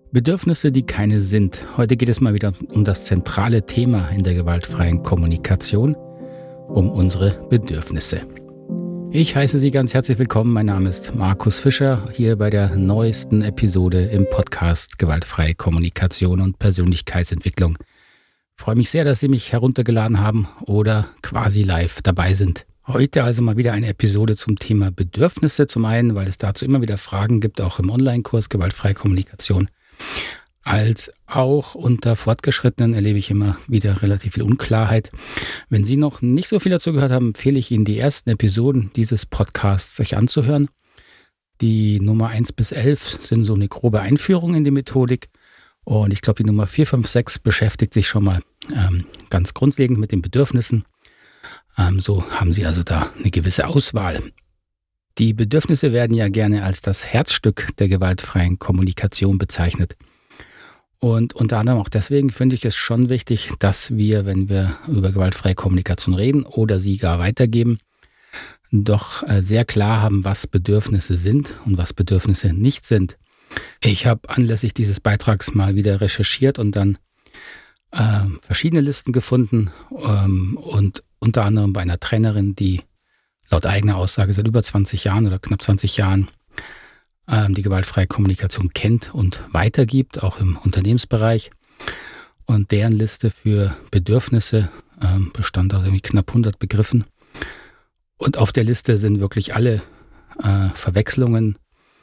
Bedürfnisse, die keine sind. Heute geht es mal wieder um das zentrale Thema in der gewaltfreien Kommunikation, um unsere Bedürfnisse. Ich heiße Sie ganz herzlich willkommen. Mein Name ist Markus Fischer, hier bei der neuesten Episode im Podcast Gewaltfreie Kommunikation und Persönlichkeitsentwicklung. Ich freue mich sehr, dass Sie mich heruntergeladen haben oder quasi live dabei sind. Heute also mal wieder eine Episode zum Thema Bedürfnisse. Zum einen, weil es dazu immer wieder Fragen gibt, auch im Online-Kurs Gewaltfreie Kommunikation. Als auch unter Fortgeschrittenen erlebe ich immer wieder relativ viel Unklarheit. Wenn Sie noch nicht so viel dazu gehört haben, empfehle ich Ihnen, die ersten Episoden dieses Podcasts sich anzuhören. Die Nummer 1 bis 11 sind so eine grobe Einführung in die Methodik. Und ich glaube, die Nummer 4, 5, 6 beschäftigt sich schon mal ganz grundlegend mit den Bedürfnissen. So haben Sie also da eine gewisse Auswahl. Die Bedürfnisse werden ja gerne als das Herzstück der gewaltfreien Kommunikation bezeichnet. Und unter anderem auch deswegen finde ich es schon wichtig, dass wir, wenn wir über gewaltfreie Kommunikation reden oder sie gar weitergeben, doch sehr klar haben, was Bedürfnisse sind und was Bedürfnisse nicht sind. Ich habe anlässlich dieses Beitrags mal wieder recherchiert und dann verschiedene Listen gefunden und unter anderem bei einer Trainerin, die laut eigener Aussage seit über 20 Jahren oder knapp 20 Jahren die gewaltfreie Kommunikation kennt und weitergibt, auch im Unternehmensbereich. Und deren Liste für Bedürfnisse bestand aus irgendwie knapp 100 Begriffen. Und auf der Liste sind wirklich alle Verwechslungen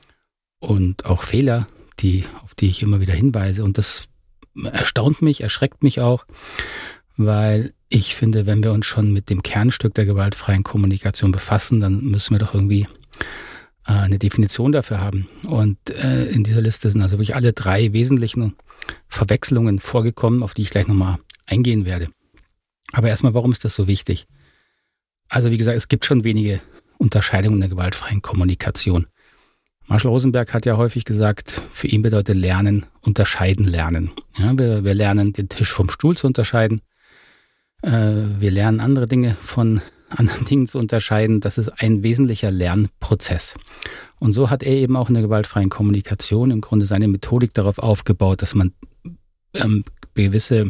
und auch Fehler, auf die ich immer wieder hinweise. Und das erstaunt mich, erschreckt mich auch, weil ich finde, wenn wir uns schon mit dem Kernstück der gewaltfreien Kommunikation befassen, dann müssen wir doch irgendwie eine Definition dafür haben. Und in dieser Liste sind also wirklich alle 3 wesentlichen Verwechslungen vorgekommen, auf die ich gleich nochmal eingehen werde. Aber erstmal, warum ist das so wichtig? Also wie gesagt, es gibt schon wenige Unterscheidungen in der gewaltfreien Kommunikation. Marshall Rosenberg hat ja häufig gesagt, für ihn bedeutet Lernen, unterscheiden lernen. Ja, wir lernen, den Tisch vom Stuhl zu unterscheiden. Wir lernen andere Dinge von anderen Dingen zu unterscheiden. Das ist ein wesentlicher Lernprozess. Und so hat er eben auch in der gewaltfreien Kommunikation im Grunde seine Methodik darauf aufgebaut, dass man gewisse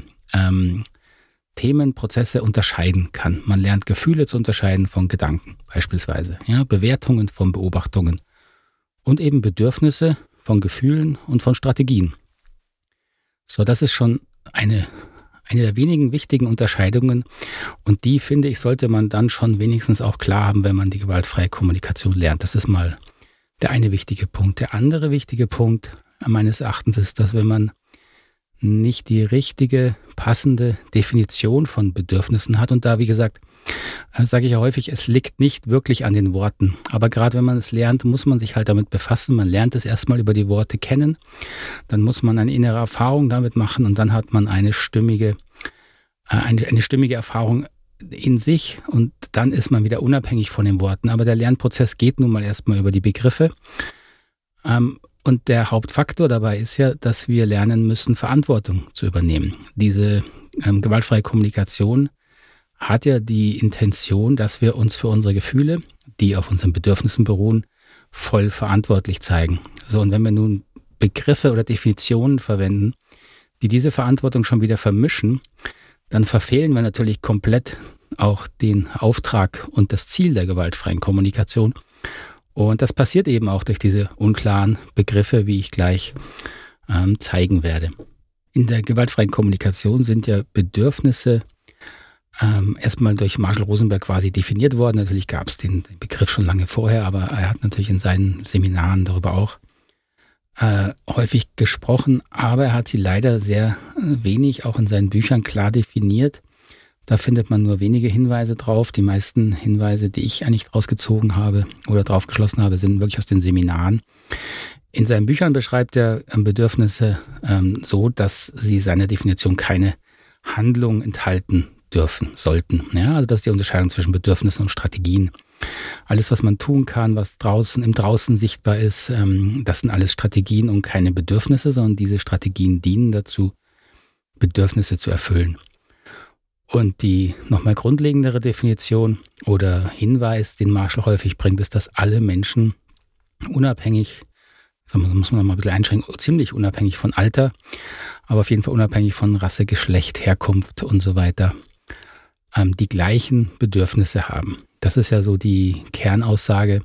Themen, Prozesse unterscheiden kann. Man lernt Gefühle zu unterscheiden von Gedanken beispielsweise, ja, Bewertungen von Beobachtungen und eben Bedürfnisse von Gefühlen und von Strategien. So, das ist schon eine der wenigen wichtigen Unterscheidungen und die, finde ich, sollte man dann schon wenigstens auch klar haben, wenn man die gewaltfreie Kommunikation lernt. Das ist mal der eine wichtige Punkt. Der andere wichtige Punkt meines Erachtens ist, dass wenn man nicht die richtige, passende Definition von Bedürfnissen hat und da, wie gesagt, sage ich ja häufig, es liegt nicht wirklich an den Worten. Aber gerade wenn man es lernt, muss man sich halt damit befassen. Man lernt es erstmal über die Worte kennen. Dann muss man eine innere Erfahrung damit machen und dann hat man eine stimmige Erfahrung in sich und dann ist man wieder unabhängig von den Worten. Aber der Lernprozess geht nun mal erstmal über die Begriffe. Und der Hauptfaktor dabei ist ja, dass wir lernen müssen, Verantwortung zu übernehmen. Diese gewaltfreie Kommunikation hat ja die Intention, dass wir uns für unsere Gefühle, die auf unseren Bedürfnissen beruhen, voll verantwortlich zeigen. So, und wenn wir nun Begriffe oder Definitionen verwenden, die diese Verantwortung schon wieder vermischen, dann verfehlen wir natürlich komplett auch den Auftrag und das Ziel der gewaltfreien Kommunikation. Und das passiert eben auch durch diese unklaren Begriffe, wie ich gleich zeigen werde. In der gewaltfreien Kommunikation sind ja Bedürfnisse erstmal durch Marshall Rosenberg quasi definiert worden. Natürlich gab es den Begriff schon lange vorher, aber er hat natürlich in seinen Seminaren darüber auch häufig gesprochen, aber er hat sie leider sehr wenig auch in seinen Büchern klar definiert. Da findet man nur wenige Hinweise drauf. Die meisten Hinweise, die ich eigentlich rausgezogen habe oder drauf geschlossen habe, sind wirklich aus den Seminaren. In seinen Büchern beschreibt er Bedürfnisse so, dass sie seiner Definition keine Handlung enthalten dürfen, sollten. Ja, also das ist die Unterscheidung zwischen Bedürfnissen und Strategien. Alles, was man tun kann, was im Draußen sichtbar ist, das sind alles Strategien und keine Bedürfnisse, sondern diese Strategien dienen dazu, Bedürfnisse zu erfüllen. Und die nochmal grundlegendere Definition oder Hinweis, den Marshall häufig bringt, ist, dass alle Menschen unabhängig so muss man noch mal ein bisschen einschränken, ziemlich unabhängig von Alter, aber auf jeden Fall unabhängig von Rasse, Geschlecht, Herkunft und so weiter, die gleichen Bedürfnisse haben. Das ist ja so die Kernaussage,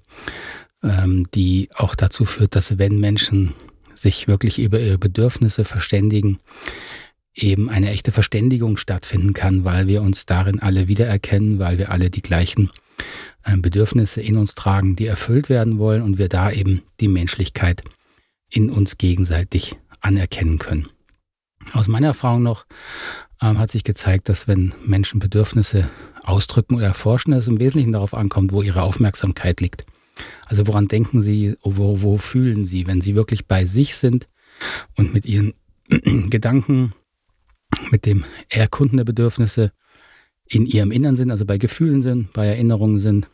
die auch dazu führt, dass wenn Menschen sich wirklich über ihre Bedürfnisse verständigen, eben eine echte Verständigung stattfinden kann, weil wir uns darin alle wiedererkennen, weil wir alle die gleichen Bedürfnisse in uns tragen, die erfüllt werden wollen und wir da eben die Menschlichkeit in uns gegenseitig anerkennen können. Aus meiner Erfahrung noch hat sich gezeigt, dass wenn Menschen Bedürfnisse ausdrücken oder erforschen, es im Wesentlichen darauf ankommt, wo ihre Aufmerksamkeit liegt. Also woran denken sie, wo fühlen sie, wenn sie wirklich bei sich sind und mit ihren Gedanken, mit dem Erkunden der Bedürfnisse in ihrem Innern sind, also bei Gefühlen sind, bei Erinnerungen sind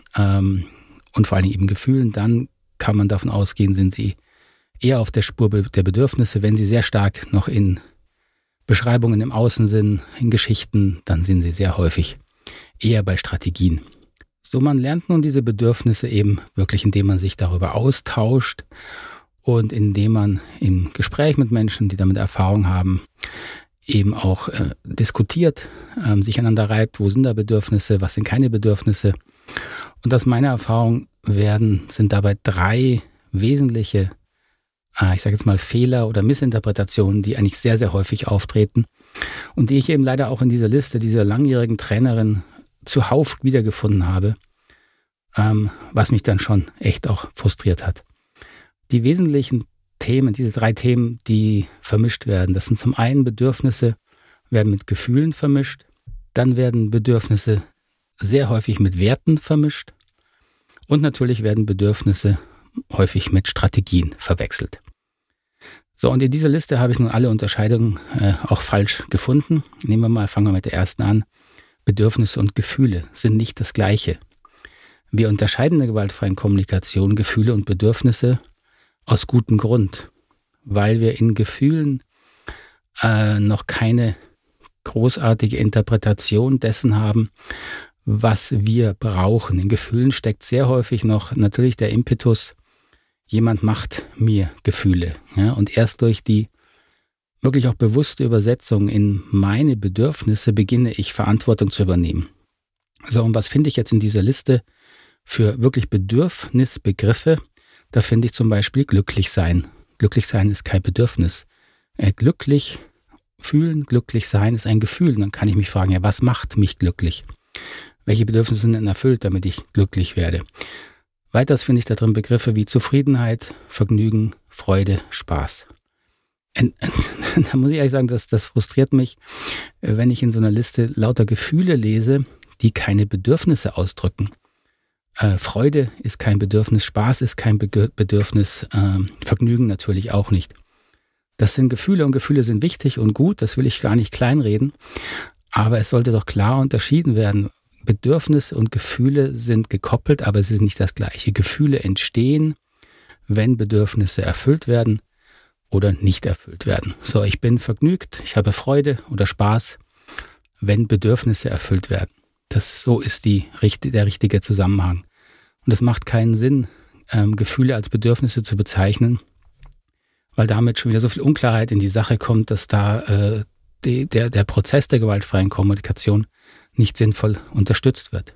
und vor allem eben Gefühlen, dann kann man davon ausgehen, sind sie eher auf der Spur der Bedürfnisse. Wenn sie sehr stark noch in Beschreibungen im Außen sind, in Geschichten, dann sind sie sehr häufig eher bei Strategien. So, man lernt nun diese Bedürfnisse eben wirklich, indem man sich darüber austauscht und indem man im Gespräch mit Menschen, die damit Erfahrung haben, eben auch diskutiert, sich aneinander reibt, wo sind da Bedürfnisse, was sind keine Bedürfnisse. Und aus meiner Erfahrung sind dabei 3 wesentliche, ich sage jetzt mal Fehler oder Missinterpretationen, die eigentlich sehr, sehr häufig auftreten und die ich eben leider auch in dieser Liste dieser langjährigen Trainerin zuhauf wiedergefunden habe, was mich dann schon echt auch frustriert hat. Die wesentlichen Themen, diese 3 Themen, die vermischt werden, das sind zum einen Bedürfnisse, werden mit Gefühlen vermischt, dann werden Bedürfnisse sehr häufig mit Werten vermischt und natürlich werden Bedürfnisse häufig mit Strategien verwechselt. So, und in dieser Liste habe ich nun alle Unterscheidungen auch falsch gefunden. Fangen wir mit der ersten an. Bedürfnisse und Gefühle sind nicht das Gleiche. Wir unterscheiden in der gewaltfreien Kommunikation Gefühle und Bedürfnisse aus gutem Grund, weil wir in Gefühlen noch keine großartige Interpretation dessen haben, was wir brauchen. In Gefühlen steckt sehr häufig noch natürlich der Impetus, jemand macht mir Gefühle. Ja, und erst durch die wirklich auch bewusste Übersetzung in meine Bedürfnisse beginne ich Verantwortung zu übernehmen. So, und was finde ich jetzt in dieser Liste für wirklich Bedürfnisbegriffe? Da finde ich zum Beispiel glücklich sein. Glücklich sein ist kein Bedürfnis. Glücklich fühlen, glücklich sein ist ein Gefühl. Und dann kann ich mich fragen, ja, was macht mich glücklich? Welche Bedürfnisse sind denn erfüllt, damit ich glücklich werde? Weiters finde ich da drin Begriffe wie Zufriedenheit, Vergnügen, Freude, Spaß. Da muss ich ehrlich sagen, das frustriert mich, wenn ich in so einer Liste lauter Gefühle lese, die keine Bedürfnisse ausdrücken. Freude ist kein Bedürfnis, Spaß ist kein Bedürfnis, Vergnügen natürlich auch nicht. Das sind Gefühle und Gefühle sind wichtig und gut, das will ich gar nicht kleinreden, aber es sollte doch klar unterschieden werden. Bedürfnisse und Gefühle sind gekoppelt, aber sie sind nicht das Gleiche. Gefühle entstehen, wenn Bedürfnisse erfüllt werden oder nicht erfüllt werden. So, ich bin vergnügt, ich habe Freude oder Spaß, wenn Bedürfnisse erfüllt werden. So ist der richtige Zusammenhang. Und es macht keinen Sinn, Gefühle als Bedürfnisse zu bezeichnen, weil damit schon wieder so viel Unklarheit in die Sache kommt, dass da der Prozess der gewaltfreien Kommunikation nicht sinnvoll unterstützt wird.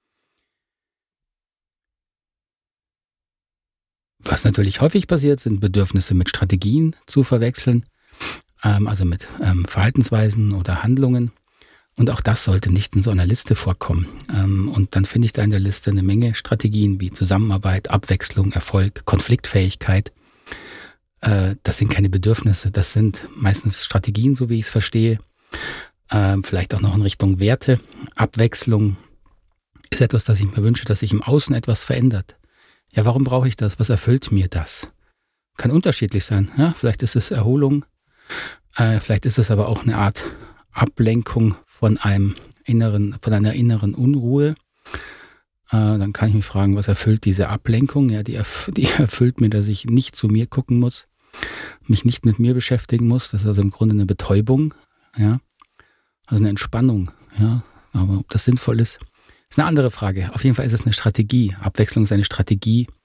Was natürlich häufig passiert, sind Bedürfnisse mit Strategien zu verwechseln, also mit Verhaltensweisen oder Handlungen. Und auch das sollte nicht in so einer Liste vorkommen. Und dann finde ich da in der Liste eine Menge Strategien wie Zusammenarbeit, Abwechslung, Erfolg, Konfliktfähigkeit. Das sind keine Bedürfnisse, das sind meistens Strategien, so wie ich es verstehe. Vielleicht auch noch in Richtung Werte. Abwechslung ist etwas, das ich mir wünsche, dass sich im Außen etwas verändert. Ja, warum brauche ich das? Was erfüllt mir das? Kann unterschiedlich sein. Ja, vielleicht ist es Erholung, vielleicht ist es aber auch eine Art Ablenkung von einer inneren Unruhe. Dann kann ich mich fragen, was erfüllt diese Ablenkung? Ja, die erfüllt mir, dass ich nicht zu mir gucken muss, mich nicht mit mir beschäftigen muss. Das ist also im Grunde eine Betäubung, ja, also eine Entspannung. Ja, aber ob das sinnvoll ist eine andere Frage. Auf jeden Fall ist es eine Strategie. Abwechslung ist eine Strategie,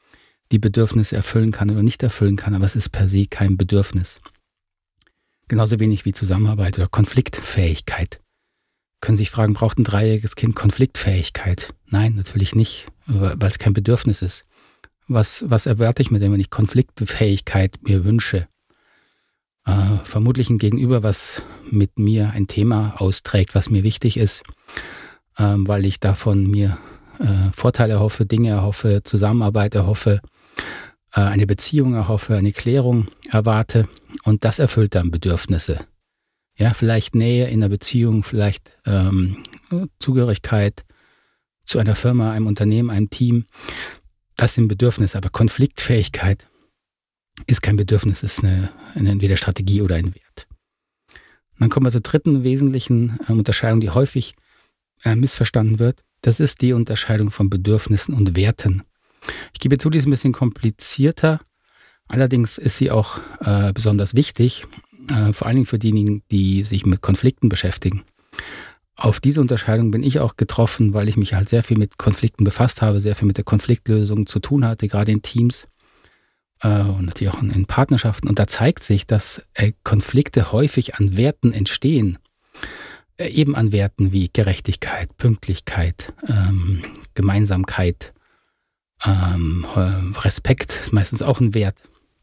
die Bedürfnisse erfüllen kann oder nicht erfüllen kann, aber es ist per se kein Bedürfnis. Genauso wenig wie Zusammenarbeit oder Konfliktfähigkeit. Können Sie sich fragen, braucht ein 3-jähriges Kind Konfliktfähigkeit? Nein, natürlich nicht, weil es kein Bedürfnis ist. Was erwarte ich mir denn, wenn ich Konfliktfähigkeit mir wünsche? Vermutlich ein Gegenüber, was mit mir ein Thema austrägt, was mir wichtig ist, weil ich davon mir Vorteile erhoffe, Dinge erhoffe, Zusammenarbeit erhoffe, eine Beziehung erhoffe, eine Klärung erwarte und das erfüllt dann Bedürfnisse. Ja, vielleicht Nähe in einer Beziehung, vielleicht Zugehörigkeit zu einer Firma, einem Unternehmen, einem Team. Das sind Bedürfnisse, aber Konfliktfähigkeit ist kein Bedürfnis, ist eine entweder Strategie oder ein Wert. Und dann kommen wir zur dritten wesentlichen Unterscheidung, die häufig missverstanden wird. Das ist die Unterscheidung von Bedürfnissen und Werten. Ich gebe zu, die ist ein bisschen komplizierter. Allerdings ist sie auch besonders wichtig, vor allen Dingen für diejenigen, die sich mit Konflikten beschäftigen. Auf diese Unterscheidung bin ich auch getroffen, weil ich mich halt sehr viel mit Konflikten befasst habe, sehr viel mit der Konfliktlösung zu tun hatte, gerade in Teams und natürlich auch in Partnerschaften. Und da zeigt sich, dass Konflikte häufig an Werten entstehen, eben an Werten wie Gerechtigkeit, Pünktlichkeit, Gemeinsamkeit, Respekt ist meistens auch ein Wert.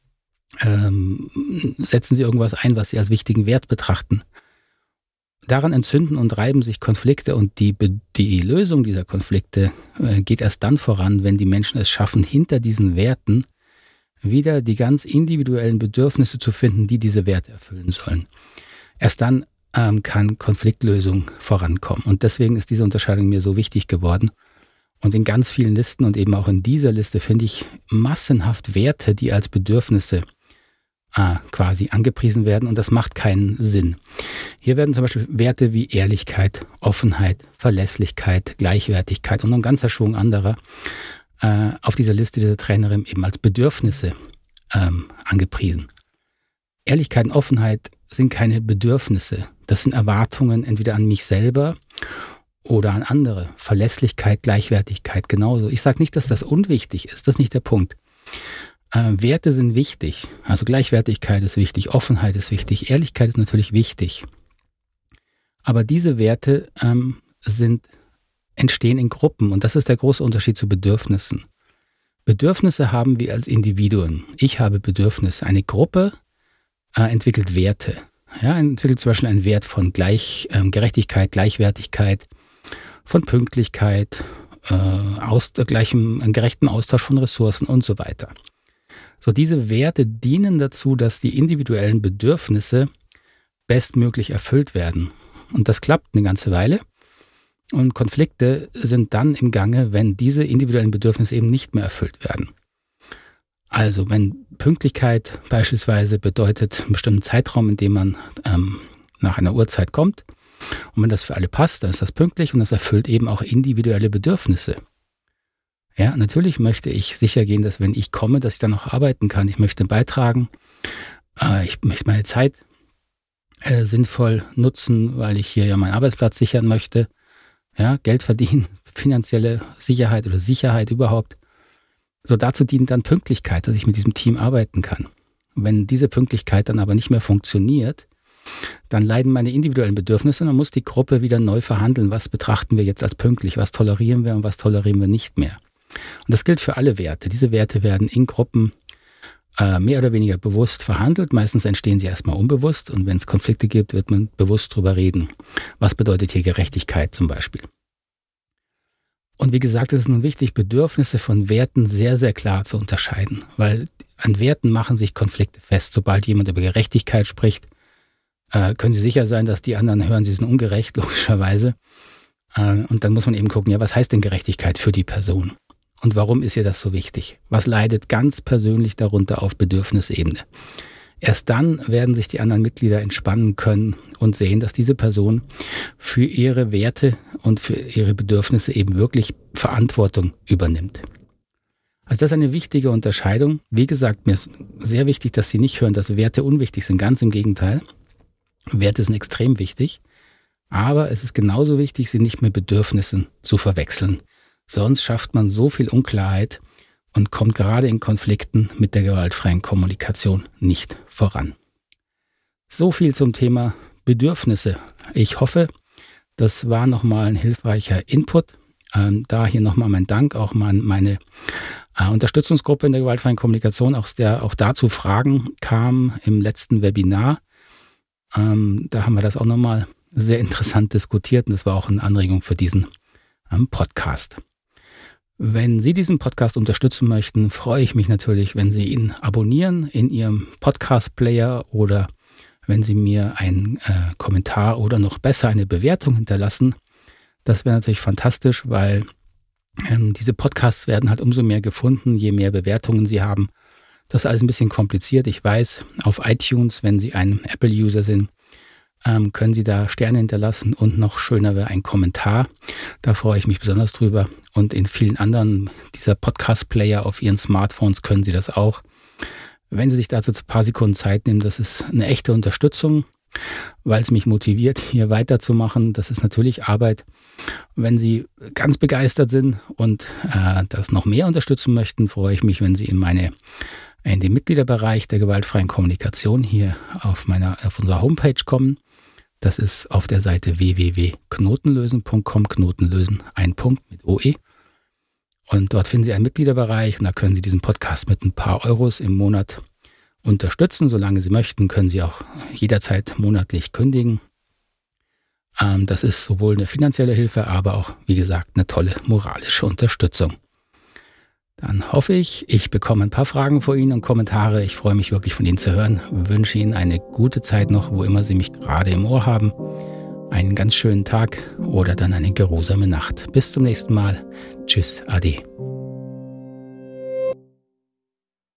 Setzen Sie irgendwas ein, was Sie als wichtigen Wert betrachten. Daran entzünden und reiben sich Konflikte und die Lösung dieser Konflikte geht erst dann voran, wenn die Menschen es schaffen, hinter diesen Werten wieder die ganz individuellen Bedürfnisse zu finden, die diese Werte erfüllen sollen. Erst dann kann Konfliktlösung vorankommen. Und deswegen ist diese Unterscheidung mir so wichtig geworden. Und in ganz vielen Listen und eben auch in dieser Liste finde ich massenhaft Werte, die als Bedürfnisse quasi angepriesen werden und das macht keinen Sinn. Hier werden zum Beispiel Werte wie Ehrlichkeit, Offenheit, Verlässlichkeit, Gleichwertigkeit und noch ein ganzer Schwung anderer auf dieser Liste dieser Trainerin eben als Bedürfnisse angepriesen. Ehrlichkeit und Offenheit sind keine Bedürfnisse. Das sind Erwartungen entweder an mich selber oder an andere. Verlässlichkeit, Gleichwertigkeit genauso. Ich sage nicht, dass das unwichtig ist. Das ist nicht der Punkt. Werte sind wichtig. Also Gleichwertigkeit ist wichtig, Offenheit ist wichtig, Ehrlichkeit ist natürlich wichtig. Aber diese Werte entstehen in Gruppen und das ist der große Unterschied zu Bedürfnissen. Bedürfnisse haben wir als Individuen. Ich habe Bedürfnisse. Eine Gruppe entwickelt Werte. Ja, entwickelt zum Beispiel einen Wert von Gerechtigkeit, Gleichwertigkeit, von Pünktlichkeit, einen gerechten Austausch von Ressourcen und so weiter. So, diese Werte dienen dazu, dass die individuellen Bedürfnisse bestmöglich erfüllt werden. Und das klappt eine ganze Weile. Und Konflikte sind dann im Gange, wenn diese individuellen Bedürfnisse eben nicht mehr erfüllt werden. Also wenn Pünktlichkeit beispielsweise bedeutet einen bestimmten Zeitraum, in dem man nach einer Uhrzeit kommt, und wenn das für alle passt, dann ist das pünktlich und das erfüllt eben auch individuelle Bedürfnisse. Ja, natürlich möchte ich sicher gehen, dass wenn ich komme, dass ich dann noch arbeiten kann. Ich möchte beitragen, ich möchte meine Zeit sinnvoll nutzen, weil ich hier ja meinen Arbeitsplatz sichern möchte. Ja, Geld verdienen, finanzielle Sicherheit oder Sicherheit überhaupt. So, dazu dient dann Pünktlichkeit, dass ich mit diesem Team arbeiten kann. Wenn diese Pünktlichkeit dann aber nicht mehr funktioniert, dann leiden meine individuellen Bedürfnisse und dann muss die Gruppe wieder neu verhandeln. Was betrachten wir jetzt als pünktlich? Was tolerieren wir und was tolerieren wir nicht mehr? Und das gilt für alle Werte. Diese Werte werden in Gruppen mehr oder weniger bewusst verhandelt. Meistens entstehen sie erstmal unbewusst und wenn es Konflikte gibt, wird man bewusst drüber reden. Was bedeutet hier Gerechtigkeit zum Beispiel? Und wie gesagt, es ist nun wichtig, Bedürfnisse von Werten sehr, sehr klar zu unterscheiden, weil an Werten machen sich Konflikte fest. Sobald jemand über Gerechtigkeit spricht, können Sie sicher sein, dass die anderen hören, sie sind ungerecht, logischerweise. Und dann muss man eben gucken, ja, was heißt denn Gerechtigkeit für die Person? Und warum ist ihr das so wichtig? Was leidet ganz persönlich darunter auf Bedürfnisebene? Erst dann werden sich die anderen Mitglieder entspannen können und sehen, dass diese Person für ihre Werte und für ihre Bedürfnisse eben wirklich Verantwortung übernimmt. Also das ist eine wichtige Unterscheidung. Wie gesagt, mir ist sehr wichtig, dass Sie nicht hören, dass Werte unwichtig sind. Ganz im Gegenteil. Werte sind extrem wichtig. Aber es ist genauso wichtig, sie nicht mit Bedürfnissen zu verwechseln. Sonst schafft man so viel Unklarheit und kommt gerade in Konflikten mit der gewaltfreien Kommunikation nicht voran. So viel zum Thema Bedürfnisse. Ich hoffe, das war nochmal ein hilfreicher Input. Da hier nochmal mein Dank auch mal an meine Unterstützungsgruppe in der gewaltfreien Kommunikation, aus der auch dazu Fragen kamen im letzten Webinar. Da haben wir das auch nochmal sehr interessant diskutiert und das war auch eine Anregung für diesen Podcast. Wenn Sie diesen Podcast unterstützen möchten, freue ich mich natürlich, wenn Sie ihn abonnieren in Ihrem Podcast-Player oder wenn Sie mir einen Kommentar oder noch besser eine Bewertung hinterlassen. Das wäre natürlich fantastisch, weil diese Podcasts werden halt umso mehr gefunden, je mehr Bewertungen Sie haben. Das ist alles ein bisschen kompliziert. Ich weiß, auf iTunes, wenn Sie ein Apple-User sind, können Sie da Sterne hinterlassen und noch schöner wäre ein Kommentar. Da freue ich mich besonders drüber. Und in vielen anderen dieser Podcast-Player auf Ihren Smartphones können Sie das auch. Wenn Sie sich dazu ein paar Sekunden Zeit nehmen, das ist eine echte Unterstützung, weil es mich motiviert, hier weiterzumachen. Das ist natürlich Arbeit. Wenn Sie ganz begeistert sind und das noch mehr unterstützen möchten, freue ich mich, wenn Sie in den Mitgliederbereich der gewaltfreien Kommunikation hier auf unserer Homepage kommen. Das ist auf der Seite www.knotenlösen.com, Knotenlösen, ein Punkt mit OE. Und dort finden Sie einen Mitgliederbereich und da können Sie diesen Podcast mit ein paar Euros im Monat unterstützen. Solange Sie möchten, können Sie auch jederzeit monatlich kündigen. Das ist sowohl eine finanzielle Hilfe, aber auch, wie gesagt, eine tolle moralische Unterstützung. Dann hoffe ich bekomme ein paar Fragen von Ihnen und Kommentare. Ich freue mich wirklich von Ihnen zu hören. Ich wünsche Ihnen eine gute Zeit noch, wo immer Sie mich gerade im Ohr haben. Einen ganz schönen Tag oder dann eine geruhsame Nacht. Bis zum nächsten Mal. Tschüss, Ade.